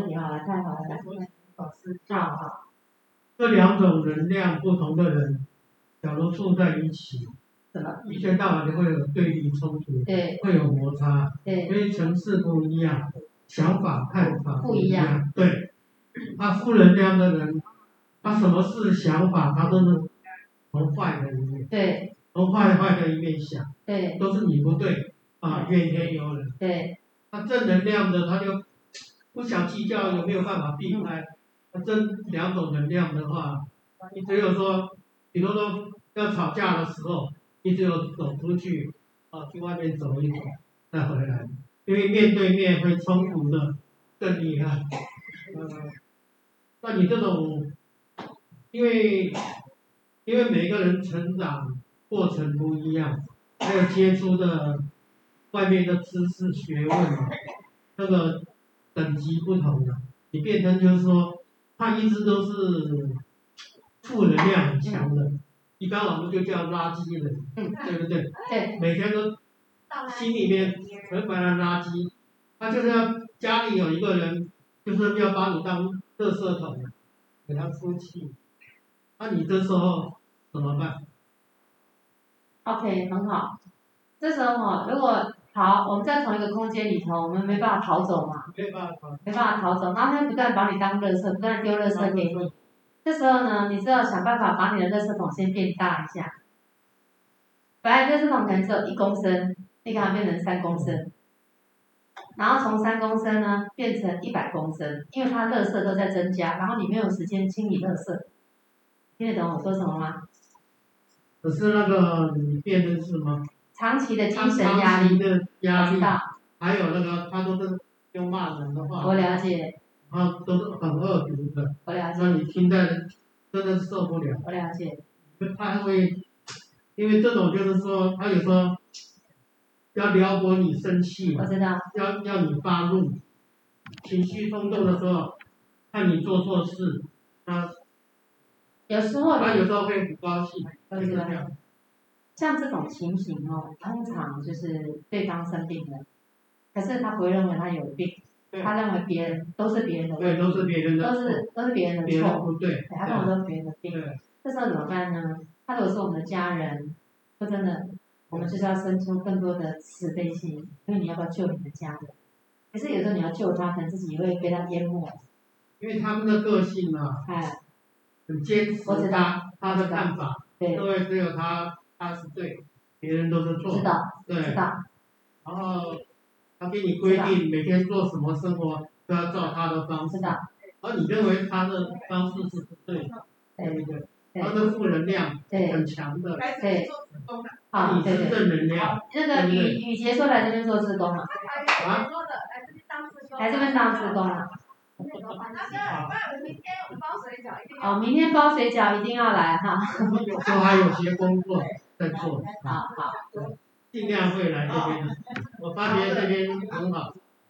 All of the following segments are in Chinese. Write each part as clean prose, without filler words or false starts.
题哈，来太好了，来， 老师， 好， 这两种能量不同的人，假如住在一起， 什么？ 一天到晚就会有对立冲突， 对， 会有摩擦， 对， 因为层次不一样，想法看法不一样， 对，他负能量的人，他什么事想法他都是从坏的一面， 对， 从坏的一面想， 对， 都是你不对啊，怨天尤人。 对， 他正能量的他就不想计较有没有办法避开。这两种能量的话，你只有说，比如说要吵架的时候，你只有走出去，去外面走一走，再回来，因为面对面会冲突的更厉害。那你这种，因为每个人成长过程不一样，还有接触的外面的知识学问，那个等级不同的，你变成就是说。他一直都是负能量很强的，一般我们就叫垃圾人，对不对？ 对。 每天都心里面存满了垃圾，他就是要家里有一个人，就是要把你当垃圾桶，给他出气。那你这时候怎么办 ？OK， 很好。这时候如果好，我们在同一个空间里头，我们没办法逃走嘛。 没办法。 没办法逃走，然后他不断把你当垃圾，不断丢垃圾给你。这时候呢，你只有想办法把你的垃圾桶先变大一下。本来垃圾桶可能只有1公升，你给它变成3公升，然后从3公升呢变成100公升，因为它垃圾都在增加，然后你没有时间清理垃圾。听得懂我说什么吗？ 可是那个你变成什么？ 长期的精神压力。 我知道。 还有那个，他都是用骂人的话。 我了解。 都是很恶毒的。 我了解。 那你听在真的受不了。 我了解。 他会，因为这种就是说，他有时候要撩拨你生气。 我知道。 要你发怒，情绪冲动的时候，看你做错事，他有时候会不高兴。就是这样。 像这种情形通常就是对方生病了，可是他不会认为他有病，他认为别人都是别人的问题， 对，都是别人的错， 都是别人的错， 不对， 他认为都是别人的病。这时候怎么办呢？他如果是我们的家人，说真的，我们就是要生出更多的慈悲心，因为你要不要救你的家人？可是有时候你要救他，可能自己会被他淹没。 因为他们的个性很坚持他的看法，对，只有他是对，别人都是错。 知道。 对。 知道。 然后他给你规定每天做什么生活都要照他的方式。 知道。 而你认为他的方式是不对的，对不对？他的负能量很强的。 对。好， 你是正能量。 那个雨杰说来这边做志工了。来这边当志工了。明天包水饺一定要来哈。 有时候还有些工作在做。 好。 尽量会来这边的。我发觉这边很好，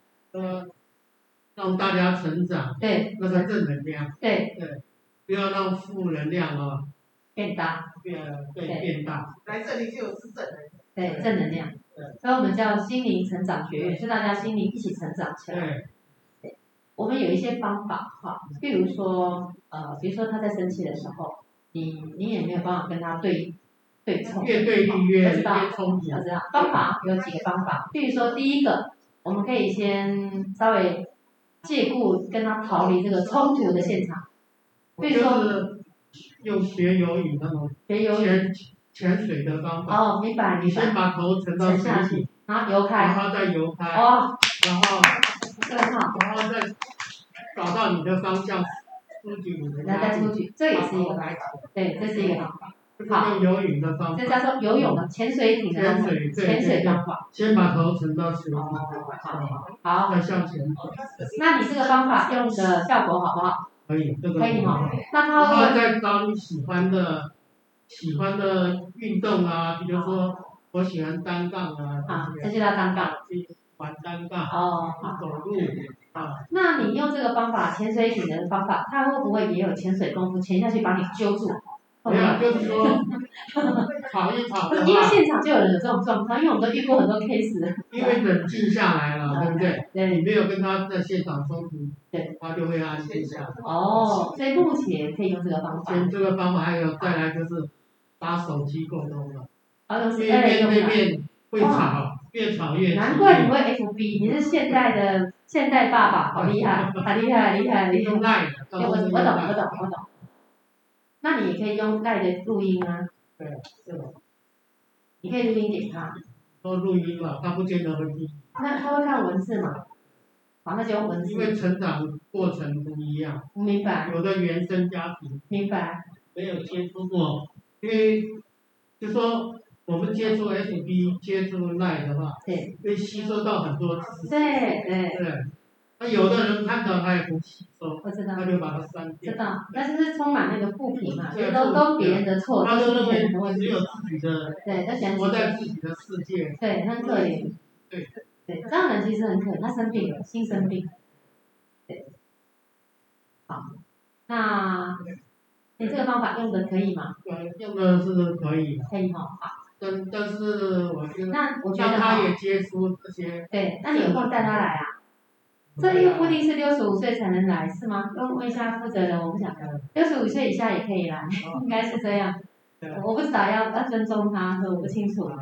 让大家成长。 对。 那个正能量。 对。 不要让负能量变大。 变大。 来这里就是正能量。 对，正能量。所以我们叫心灵成长学院，是大家心灵一起成长起来。对。我们有一些方法比如说他在生气的时候，你也没有办法跟他对冲。 越对立越冲突。 我知道。方法有几个方法，比如说第一个，我们可以先稍微借故跟他逃离这个冲突的现场。比如说用学游泳那种潜水的方法。 明白。 你先把头沉到水里， 然后游开， 然后再游开。 然后然后再找到你的方向，出去你的压力。 再出去，这也是一个方法。对，这是一个方法。 好。用游泳的方法。 这叫做游泳的潜水艇的潜水方法。 先把头沉到水里。 好。 再向前走。 那你这个方法用的效果好不好？ 可以，这个可以哈。那然后再找你喜欢的运动比如说我喜欢单杠这就叫单杠。 玩单杠。走路。 那你用这个方法，潜水艇的方法，它会不会也有潜水功夫，潜下去把你揪住？ 没有，就是说跑一跑的话。 因为现场就有人有这种状况，因为我们都遇过很多 case。 因为冷静下来了， 嘛，对不对？ 对。 你没有跟他在现场冲突， 对， 他就会安静下来。 哦，所以目前可以用这个方法。 这个方法还有再来就是打手机沟通了， 因为面对面会吵，越吵越激烈。 难怪你会 FB， 你是现代爸爸，好厉害，好厉害，厉害，厉害。 用赖的， 我懂。那你也可以用赖的录音啊。 对，是的。 你可以录音给他。 都录音了，他不见得会听。 那他会看文字吗？好，那就用文字。 因为成长过程不一样。 明白。 有的原生家庭。 明白。 没有接触过，因为就说我们接触 FB 接触赖的话， 对， 会吸收到很多知识。 对。 那有的人看到他也不吸收， 我知道。 他就把它删掉。 知道，但是充满那个负评嘛，都别人的错， 他就认为只有自己的， 对， 活在自己的世界。 对，很可怜。对，这样的人其实很可怜，他生病了，心生病。对。好，那你这个方法用的可以吗？ 用的是可以。 可以哈，好。 但是我觉得， 那我觉得让他也接触这些。 对，那你有空带他来啊？这又不一定是65岁才能来，是吗？问一下负责人，我不想65岁以下也可以来，应该是这样。我不知道要尊重他，我不清楚。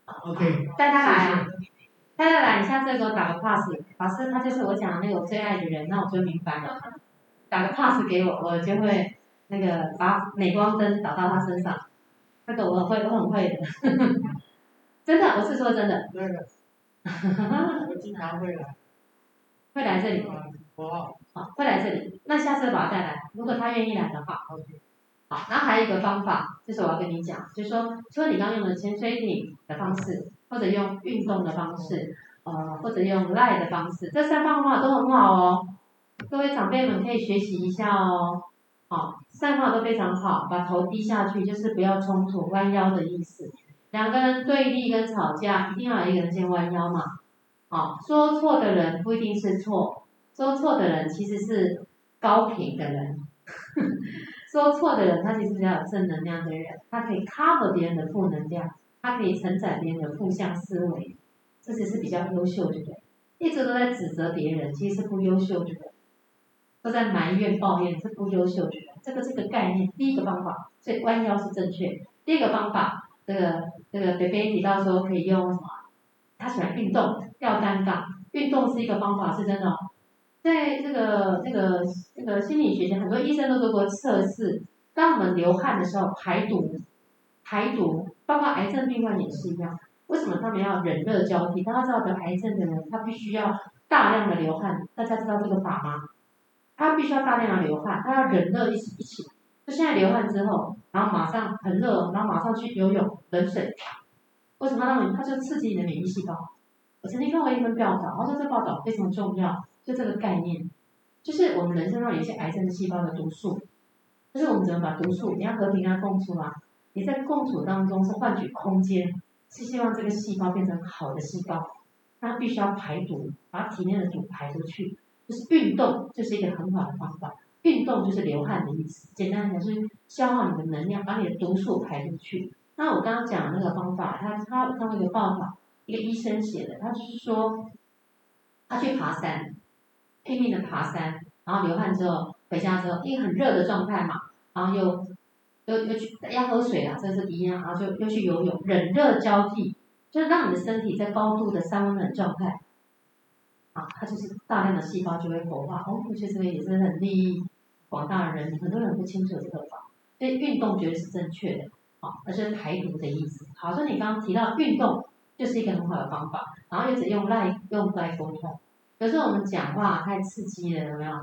OK。 带他来啊！带他来，你下次给我打个 pass， 老师他就是我讲的那个我最爱的人，那我就明白了。打个 pass 给我，我就会那个把镁光灯打到他身上，那个我很会的，真的，我是说真的。 对的。我经常会来。 会来这里。 好， 会来这里。那下次把他带来，如果他愿意来的话。好，然后还有一个方法，就是我要跟你讲，就是说，除了你刚用的潜水艇的方式，或者用运动的方式，或者用赖的方式，这3方法都很好哦。各位长辈们可以学习一下哦。好，3方法都非常好，把头低下去，就是不要冲突，弯腰的意思。2个人对立跟吵架，一定要有一个人先弯腰嘛。好，说错的人不一定是错，说错的人其实是高频的人。说错的人，他其实比较有正能量的人，他可以 cover 别人的负能量，他可以承载别人的负向思维，这只是比较优秀的人。一直都在指责别人，其实是不优秀的人，都在埋怨抱怨，是不优秀的人。这个概念，第一个方法，所以弯腰是正确。第二个方法，这个北北提到说可以用什么？他喜欢运动，吊单杠，运动是一个方法，是真的哦。在这个心理学家，很多医生都做过测试，当我们流汗的时候排毒，包括癌症病患也是一样。为什么他们要冷热交替？大家知道得癌症的人，他必须要大量的流汗，大家知道这个法吗？他必须要大量的流汗，他要冷热一起。就现在流汗之后，然后马上很热，然后马上去游泳，冷水。为什么它就刺激你的免疫细胞？我曾经看过一篇报道，他说这报道非常重要，就这个概念，就是我们人身上有一些癌症的细胞的毒素，就是我们怎么把毒素，你要和平跟它共处啊，你在共处当中是换取空间，是希望这个细胞变成好的细胞，它必须要排毒，把体内的毒排出去，就是运动，就是一个很好的方法。运动就是流汗的意思，简单来讲就是消耗你的能量，把你的毒素排出去。那我刚刚讲的那个方法，他看过一个报道，一个医生写的，他就是说，他去爬山，拼命的爬山，然后流汗之后回家之后，因为很热的状态嘛，然后又去要喝水啊，这是一样，然后又去游泳，冷热交替，就是让你的身体在高度的三温暖状态，啊，它就是大量的细胞就会活化。我觉得这个也是很利益广大人民，很多人不清楚这个法，所以运动绝对是正确的。而是排毒的意思。好，所以你刚刚提到运动就是一个很好的方法，然后一直用赖沟通。有时候我们讲话太刺激了，有没有？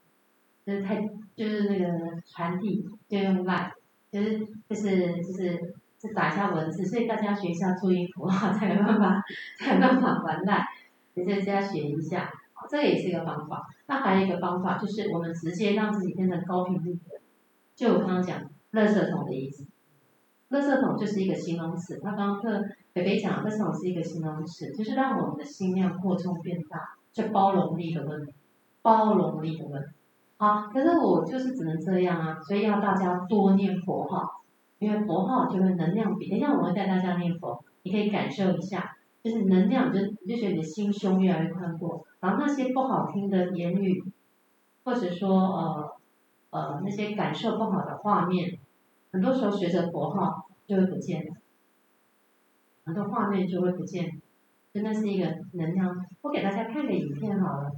就是那个传递就用赖，就是打一下文字，所以大家学一下注音符号才有办法玩赖，你在家学一下，这个也是一个方法。那还有一个方法就是我们直接让自己变成高频率的，就我刚刚讲垃圾桶的意思。垃圾桶就是一个形容词，他刚刚北北讲，垃圾桶是一个形容词，就是让我们的心量扩充变大，就包容力的问题。好，可是我就是只能这样啊，所以要大家多念佛号，因为佛号就会能量比。等一下我会带大家念佛，你可以感受一下， 就是能量，你就觉得你的心胸越来越宽阔，然后那些不好听的言语，或者说那些感受不好的画面，很多时候随着佛号就会不见了，很多画面就会不见了，真的是一个能量。我给大家看个影片好了，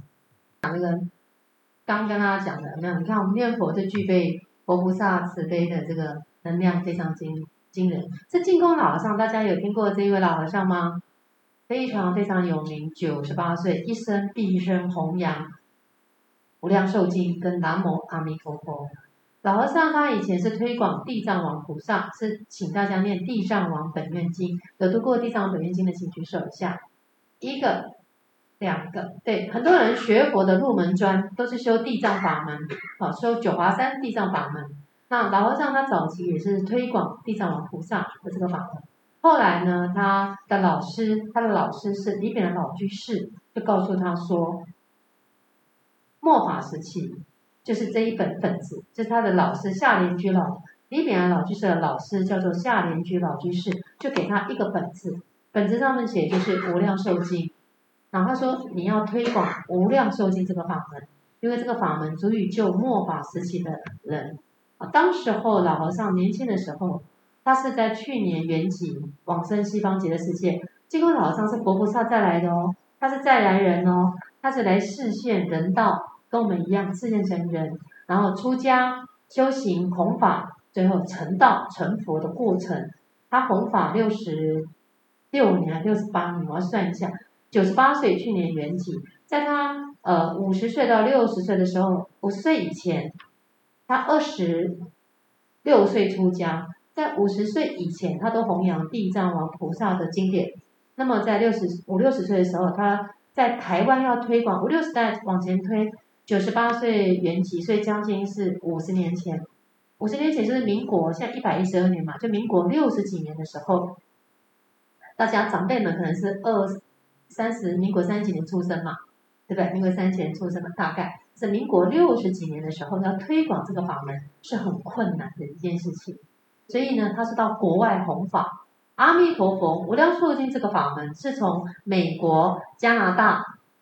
刚跟大家讲的，没有？你看我们念佛就具备佛菩萨慈悲的这个能量，非常惊人。这净空老和尚，大家有听过这一位老和尚吗？非常非常有名，98岁，一生毕生弘扬无量寿经跟南无阿弥陀佛。老和尚他以前是推广地藏王菩萨，是请大家念地藏王本愿经。有读过地藏王本愿经的，请举手一下。一个、2个，对，很多人学佛的入门砖都是修地藏法门，修九华山地藏法门。那老和尚他早期也是推广地藏王菩萨的这个法门。后来呢，他的老师是李炳南老居士，就告诉他说，末法时期就是这一本子，就是他的老师夏莲居李炳南老居士的老师叫做夏莲居老居士，就给他一个本子，本子上面写就是无量寿经，然后他说你要推广无量寿经这个法门，因为这个法门足以救末法时期的人。当时候老和尚年轻的时候，他是在去年圆寂往生西方极乐世界。净空老和尚是佛菩萨再来的哦，他是再来人哦，他是来示现人道，跟我们一样示现成人，然后出家修行弘法，最后成道成佛的过程。他弘法66年还68年，我要算一下，98岁去年圆寂，在他50岁到60岁的时候，50岁以前，他26岁出家。在50岁以前，他都弘扬地藏王菩萨的经典。那么在60岁的时候，他在台湾要推广50代往前推，98岁圆寂，所以将近是50年前。50年前就是民国，现在112年嘛，就民国60几年的时候，大家长辈们可能是民国30几年出生嘛，对不对？民国30几年出生嘛，大概是民国60几年的时候，要推广这个法门是很困难的一件事情。所以呢，他是到国外弘法。阿弥陀佛无量寿经这个法门是从美国、加拿大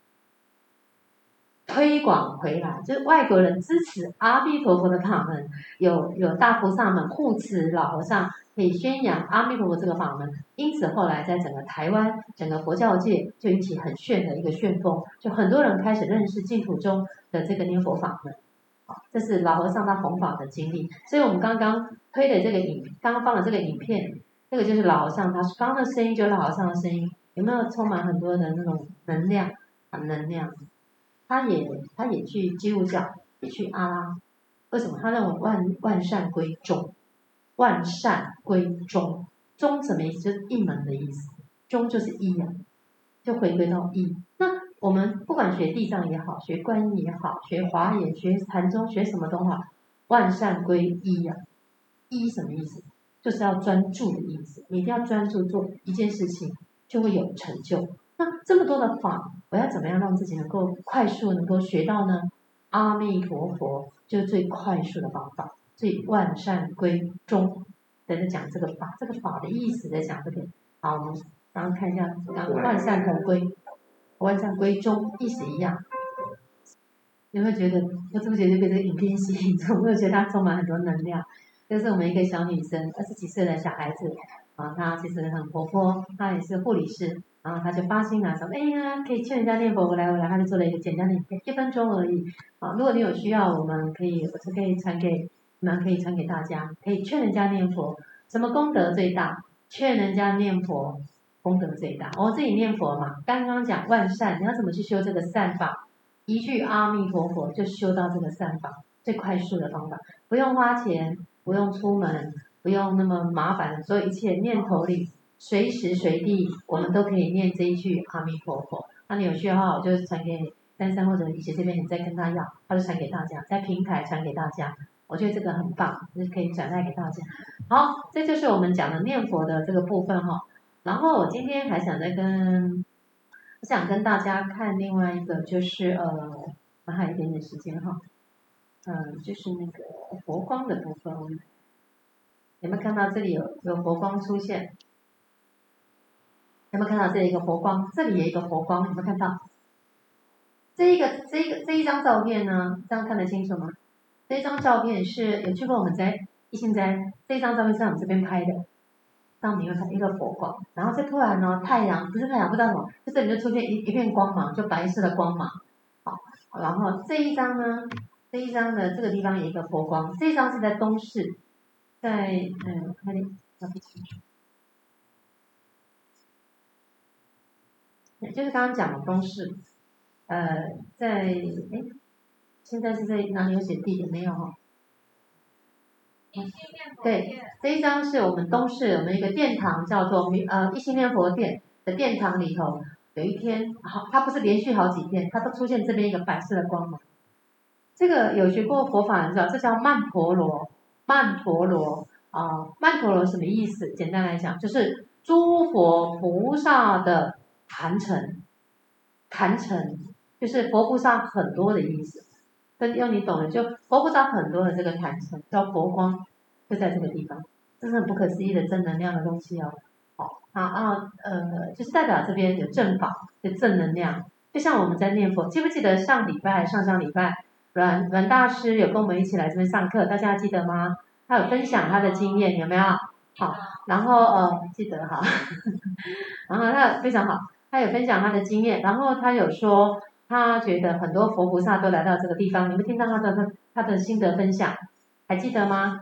推广回来，就是外国人支持阿弥陀佛的法门，有大菩萨们护持老和尚，可以宣扬阿弥陀佛这个法门。因此后来在整个台湾、整个佛教界就引起很炫的一个旋风，就很多人开始认识净土中的这个念佛法门。这是老和尚他弘法的经历，所以我们刚刚推的刚刚放的这个影片，这个就是老和尚，他刚刚的声音就是老和尚的声音，有没有充满很多的那种能量？能量，他也去基督教，也去阿拉，为什么？他认为万善归宗，万善归宗，宗什么意思？就是一门的意思，宗就是一啊，就回归到一。那我们不管学地藏也好，学观音也好，学华严、学禅宗、学什么都好，万善归一呀。一什么意思？就是要专注的意思。你一定要专注做一件事情，就会有成就。那这么多的法，我要怎么样让自己能够快速能够学到呢？阿弥陀佛就是最快速的方法。所以万善归宗，在讲这个法，这个法的意思在讲这个。好，我们刚刚看一下，万善同归。万善归宗，意思一样。你会觉得不知不觉就被这个影片吸引住，我觉得它充满很多能量。这是我们一个小女生，20几岁的小孩子她其实很活泼，她也是护理师，然后她就发心了，说哎呀，可以劝人家念佛，我来，她就做了一个简单的影片，1分钟而已。如果你有需要，我是可以传给你们，可以传给大家，可以劝人家念佛，什么功德最大？劝人家念佛。功德最大，我自己念佛嘛，刚刚讲万善，你要怎么去修这个善法？一句阿弥陀佛就修到这个善法，最快速的方法，不用花钱，不用出门，不用那么麻烦，所有一切念头里，随时随地我们都可以念这一句阿弥陀佛。那你有需要的话，我就传给33或者以前这边你再跟他要，他就传给大家，在平台传给大家。我觉得这个很棒，就是可以转带给大家。好，这就是我们讲的念佛的这个部分哈。然后我今天还想我想跟大家看另外一个，就是我还有一点点时间哈，就是那个佛光的部分，有没有看到这里有佛光出现？ 有没有看到这里一个佛光？这里也有一个佛光，有没有看到？这一张照片呢，这样看得清楚吗？这张照片是有去过我们在一心斋，这张照片是在我们这边拍的。上面有一个佛光，然后这突然呢，太阳不是太阳，不知道什么，就这里就出现一片光芒，就白色的光芒。好，然后这一张呢，这一张的这个地方有一个佛光，这一张是在东市，在哪里？搞不清楚。就是刚刚讲的东市，在现在是在哪里有写地点没有哈？对，这一张是我们东市我们一个殿堂叫做一心念佛殿的殿堂里头，有一天它不是连续好几天，它都出现这边一个白色的光芒。这个有学过佛法的知道，这叫曼陀罗。曼陀罗曼陀罗什么意思？简单来讲，就是诸佛菩萨的坛城。坛城就是佛菩萨很多的意思。用你懂的，就佛菩萨很多的这个坛城叫佛光，就在这个地方，这是很不可思议的正能量的东西哦。就是代表这边有正法，有正能量。就像我们在念佛，记不记得上礼拜、上礼拜，阮大师有跟我们一起来这边上课，大家记得吗？他有分享他的经验，有没有？好，然后记得哈，然后他非常好，他有分享他的经验，然后他有说。他觉得很多佛菩萨都来到这个地方，你们听到他的心得分享，还记得吗？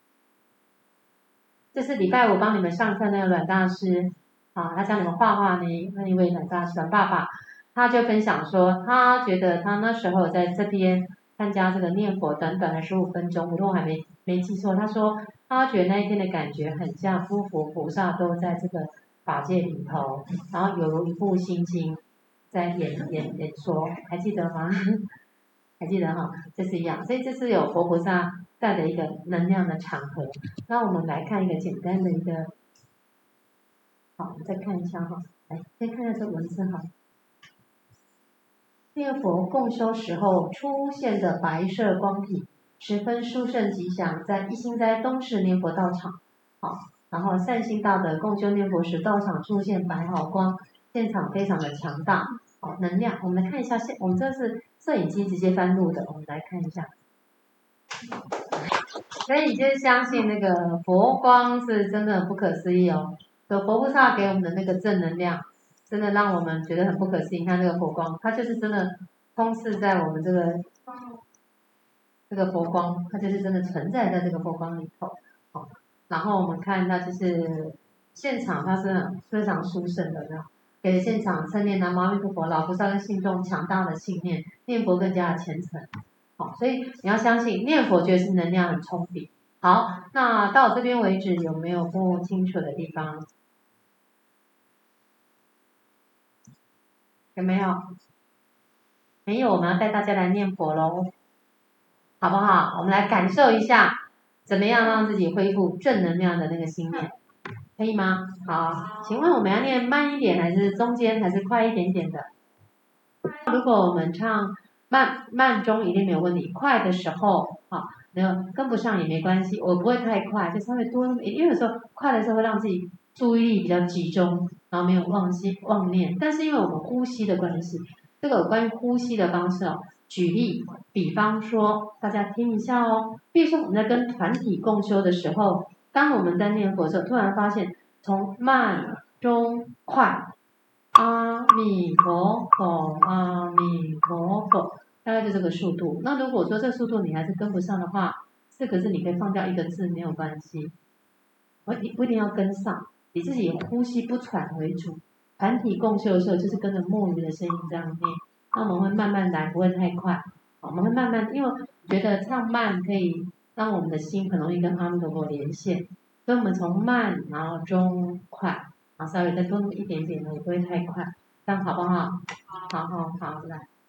这是礼拜五帮你们上课那个阮大师他教你们画画那一位阮大师阮爸爸，他就分享说，他觉得他那时候在这边参加这个念佛短短的15分钟，如果我还没记错，他说他觉得那一天的感觉很像诸佛菩萨都在这个法界里头，然后有如一部心经。在演说，还记得吗？还记得哈，这是一样，所以这是有佛菩萨在的一个能量的场合。那我们来看一个简单的一个，好，我们再看一下哈，来先看一下这文字哈。念佛共修时候出现的白色光体，十分殊胜吉祥，在一心斋东市念佛道场，好，然后善心大德共修念佛时，道场出现白毫光，现场非常的强大。能量，我们来看一下，我们这是摄影机直接翻录的，我们来看一下。所以你就相信那个佛光是真的很不可思议哦，有佛菩萨给我们的那个正能量，真的让我们觉得很不可思议。你看这个佛光，它就是真的充斥在我们这个佛光，它就是真的存在在这个佛光里头。然后我们看它就是现场，它是非常殊胜的，给现场称念南无阿弥陀佛，老菩萨跟信众强大的信念，念佛更加的虔诚。所以你要相信念佛，觉得是能量很充沛。好，那到这边为止，有没有不清楚的地方？有没有？没有，我们要带大家来念佛喽，好不好？我们来感受一下，怎么样让自己恢复正能量的那个心念。可以吗？好，请问我们要念慢一点，还是中间，还是快一点点的？如果我们唱慢中一定没有问题，快的时候跟不上也没关系，我不会太快，就稍微多那么，因为有时候快的时候会让自己注意力比较集中，然后没有忘念。但是因为我们呼吸的关系，这个有关于呼吸的方式举例，比方说大家听一下哦，比如说我们在跟团体共修的时候。当我们在念佛的时候，突然发现从慢、中、快，阿弥陀佛，阿弥陀佛，大概就这个速度。那如果说这个速度你还是跟不上的话，4个字你可以放掉1个字没有关系，不一定要跟上，你自己以呼吸不喘为主。团体共修的时候，就是跟着木鱼的声音这样念，那我们会慢慢来，不会太快。我们会慢慢，因为觉得唱慢可以。让我们的心很容易跟阿弥陀佛连线，所以我们从慢，然后中快，然后稍微再多那么一点点的，也不会太快，这样好不好？好，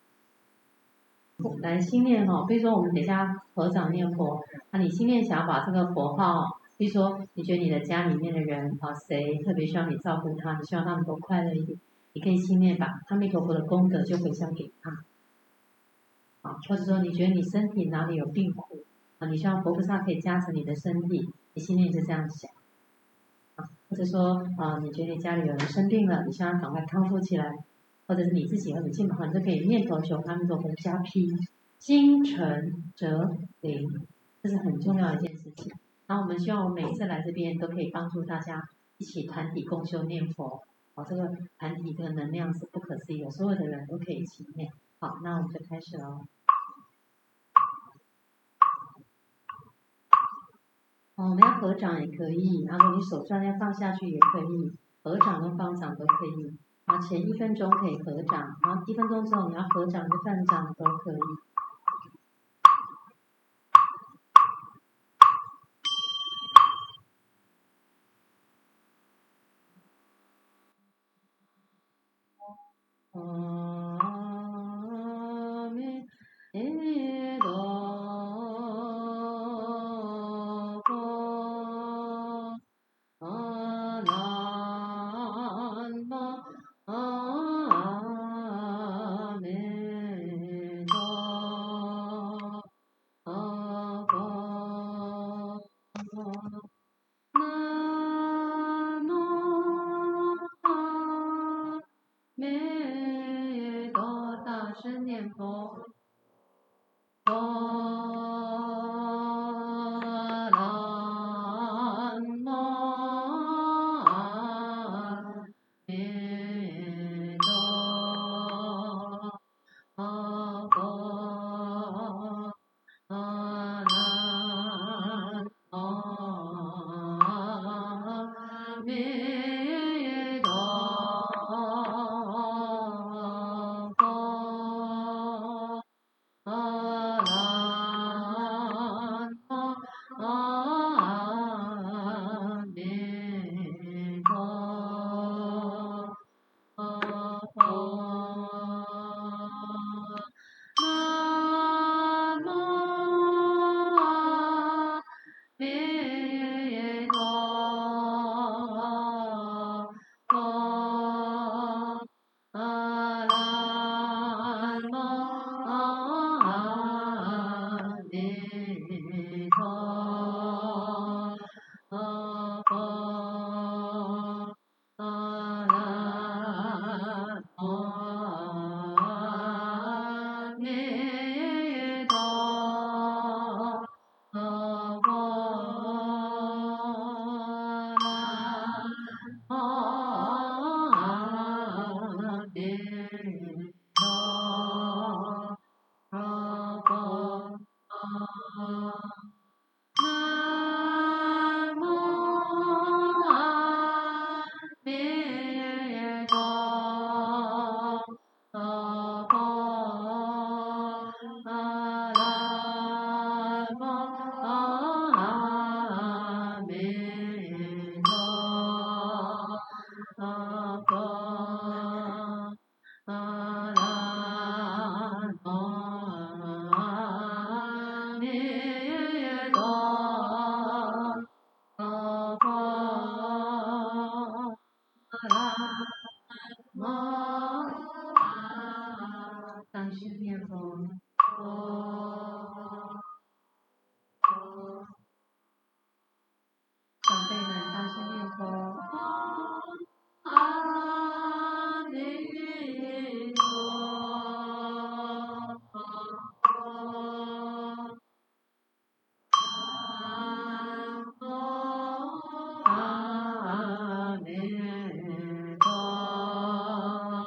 来心念比如说我们等一下合掌念佛，你心念想要把这个佛号，比如说你觉得你的家里面的人谁特别需要你照顾他，你希望他们都快乐一点，你可以心念把阿弥陀佛的功德就回向给他，或者说你觉得你身体哪里有病苦。你希望佛菩萨可以加持你的身体，你心里是这样想。 或者说你觉得你家里有人生病了，你希望赶快康复起来，或者是你自己或者亲朋好友，你都可以念头求阿弥陀佛加 P， 心诚则灵，这是很重要的一件事情。然后我们希望我们每次来这边都可以帮助大家一起团体共修念佛。这个团体的能量是不可思议的，所有的人都可以一起念。好，那我们就开始了。我们要合掌也可以，然后你手转要放下去也可以，合掌跟放掌都可以。然后前1分钟可以合掌，然后1分钟之后你要合掌跟放掌都可以。大声念佛，大声念佛，长辈们大声念佛。阿弥陀佛。阿弥陀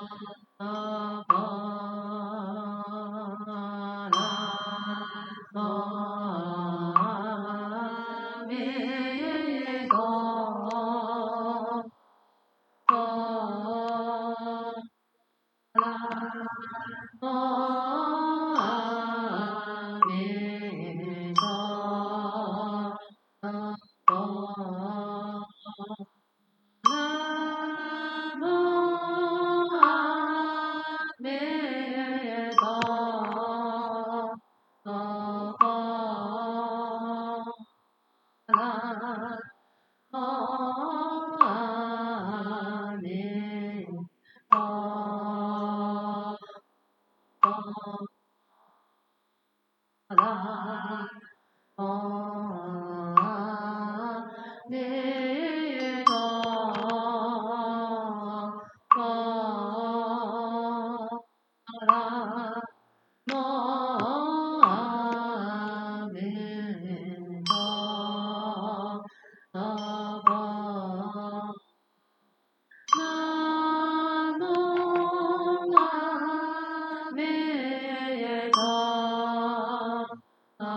阿弥陀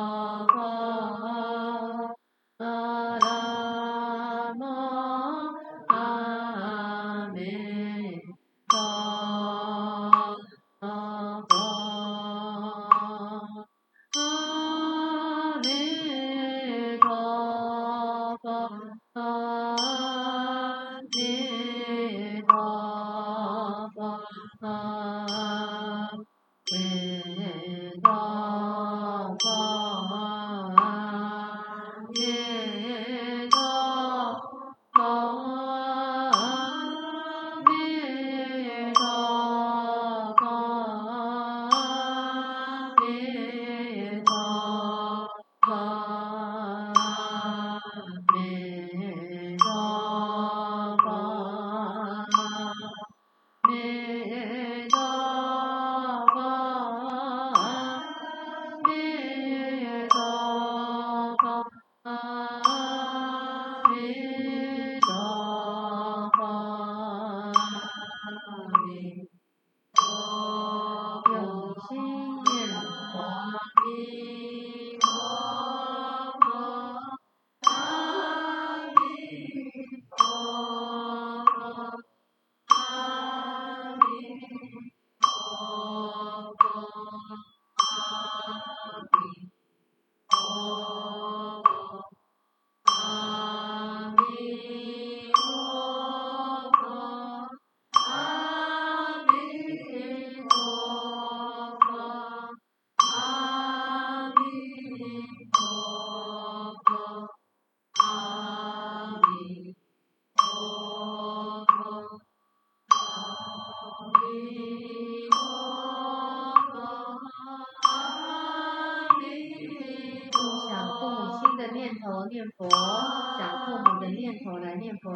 念佛，想父母的念头来念佛。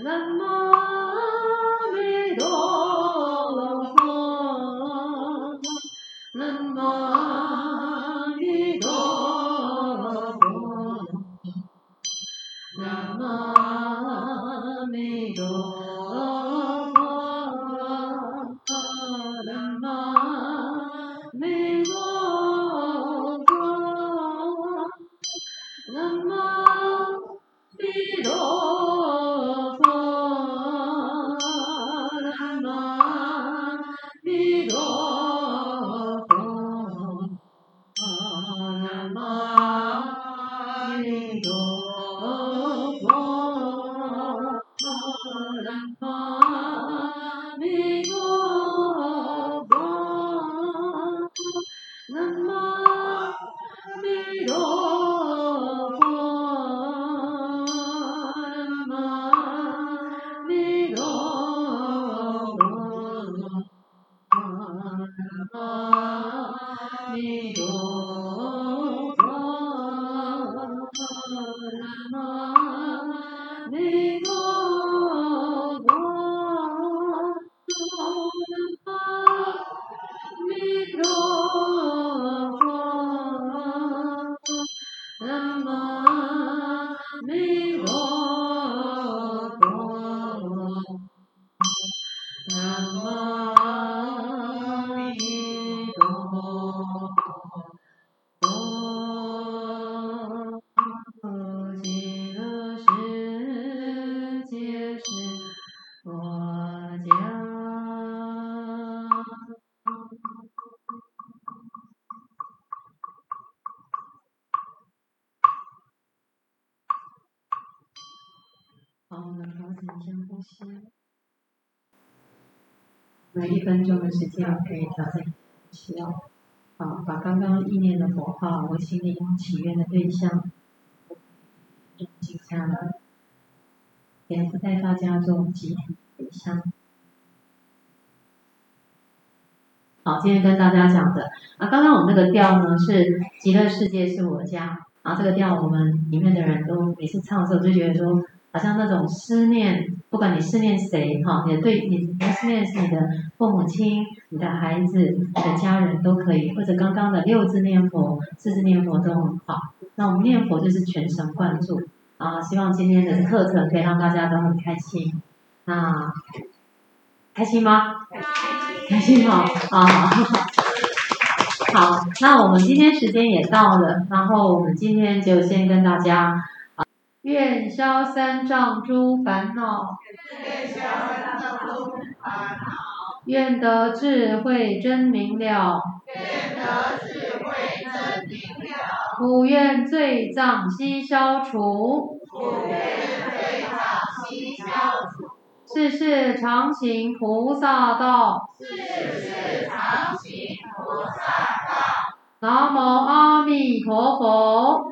南无阿弥陀佛，南无阿弥陀佛，南无阿弥陀佛，南无阿弥陀佛，南无阿弥陀佛，南无阿弥陀佛，南无阿弥陀佛，南无阿弥陀佛，南无阿弥陀佛，南无阿弥陀佛，南无阿弥陀佛，南无阿弥陀佛，南无阿弥陀佛，南无阿弥陀佛，极乐世界是我家。好，我们调整一下呼吸。那1分钟的时间可以调整呼吸哦。好，把刚刚意念的佛号或心里祈愿的对象记下来，也不带大家做集体回向。好，今天跟大家讲的刚刚我们那个调呢是极乐世界是我家，这个调我们里面的人都每次唱的时候就觉得说，好像那种思念，不管你思念谁你思念是你的父母亲、你的孩子、你的家人都可以，或者刚刚的6字念佛、4字念佛都很好。那我们念佛就是全神贯注希望今天的课程可以让大家都很开心。那开心吗？开心哦好，那我们今天时间也到了，然后我们今天就先跟大家愿消三障诸烦恼，愿得智慧真明了，普愿罪障悉消除，世世常行菩萨道，南无阿弥陀佛，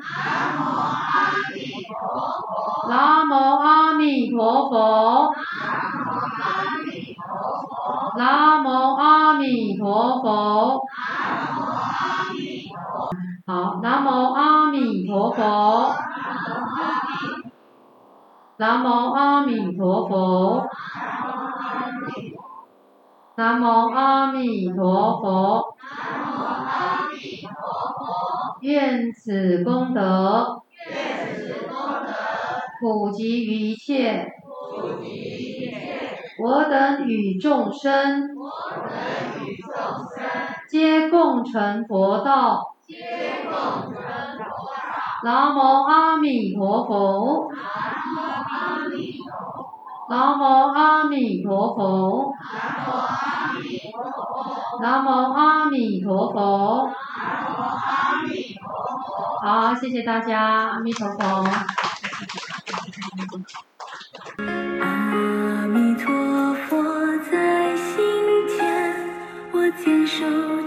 南无阿弥陀佛，南无阿弥陀佛，好，南无阿弥陀佛，南无阿弥陀佛，南无阿弥陀佛，愿此功德普及于一切我等与众生皆共成佛道。南无阿弥陀佛，南无阿弥陀佛，南无阿弥陀佛。好，谢谢大家，阿弥陀佛。 阿弥陀佛在心间，我坚守。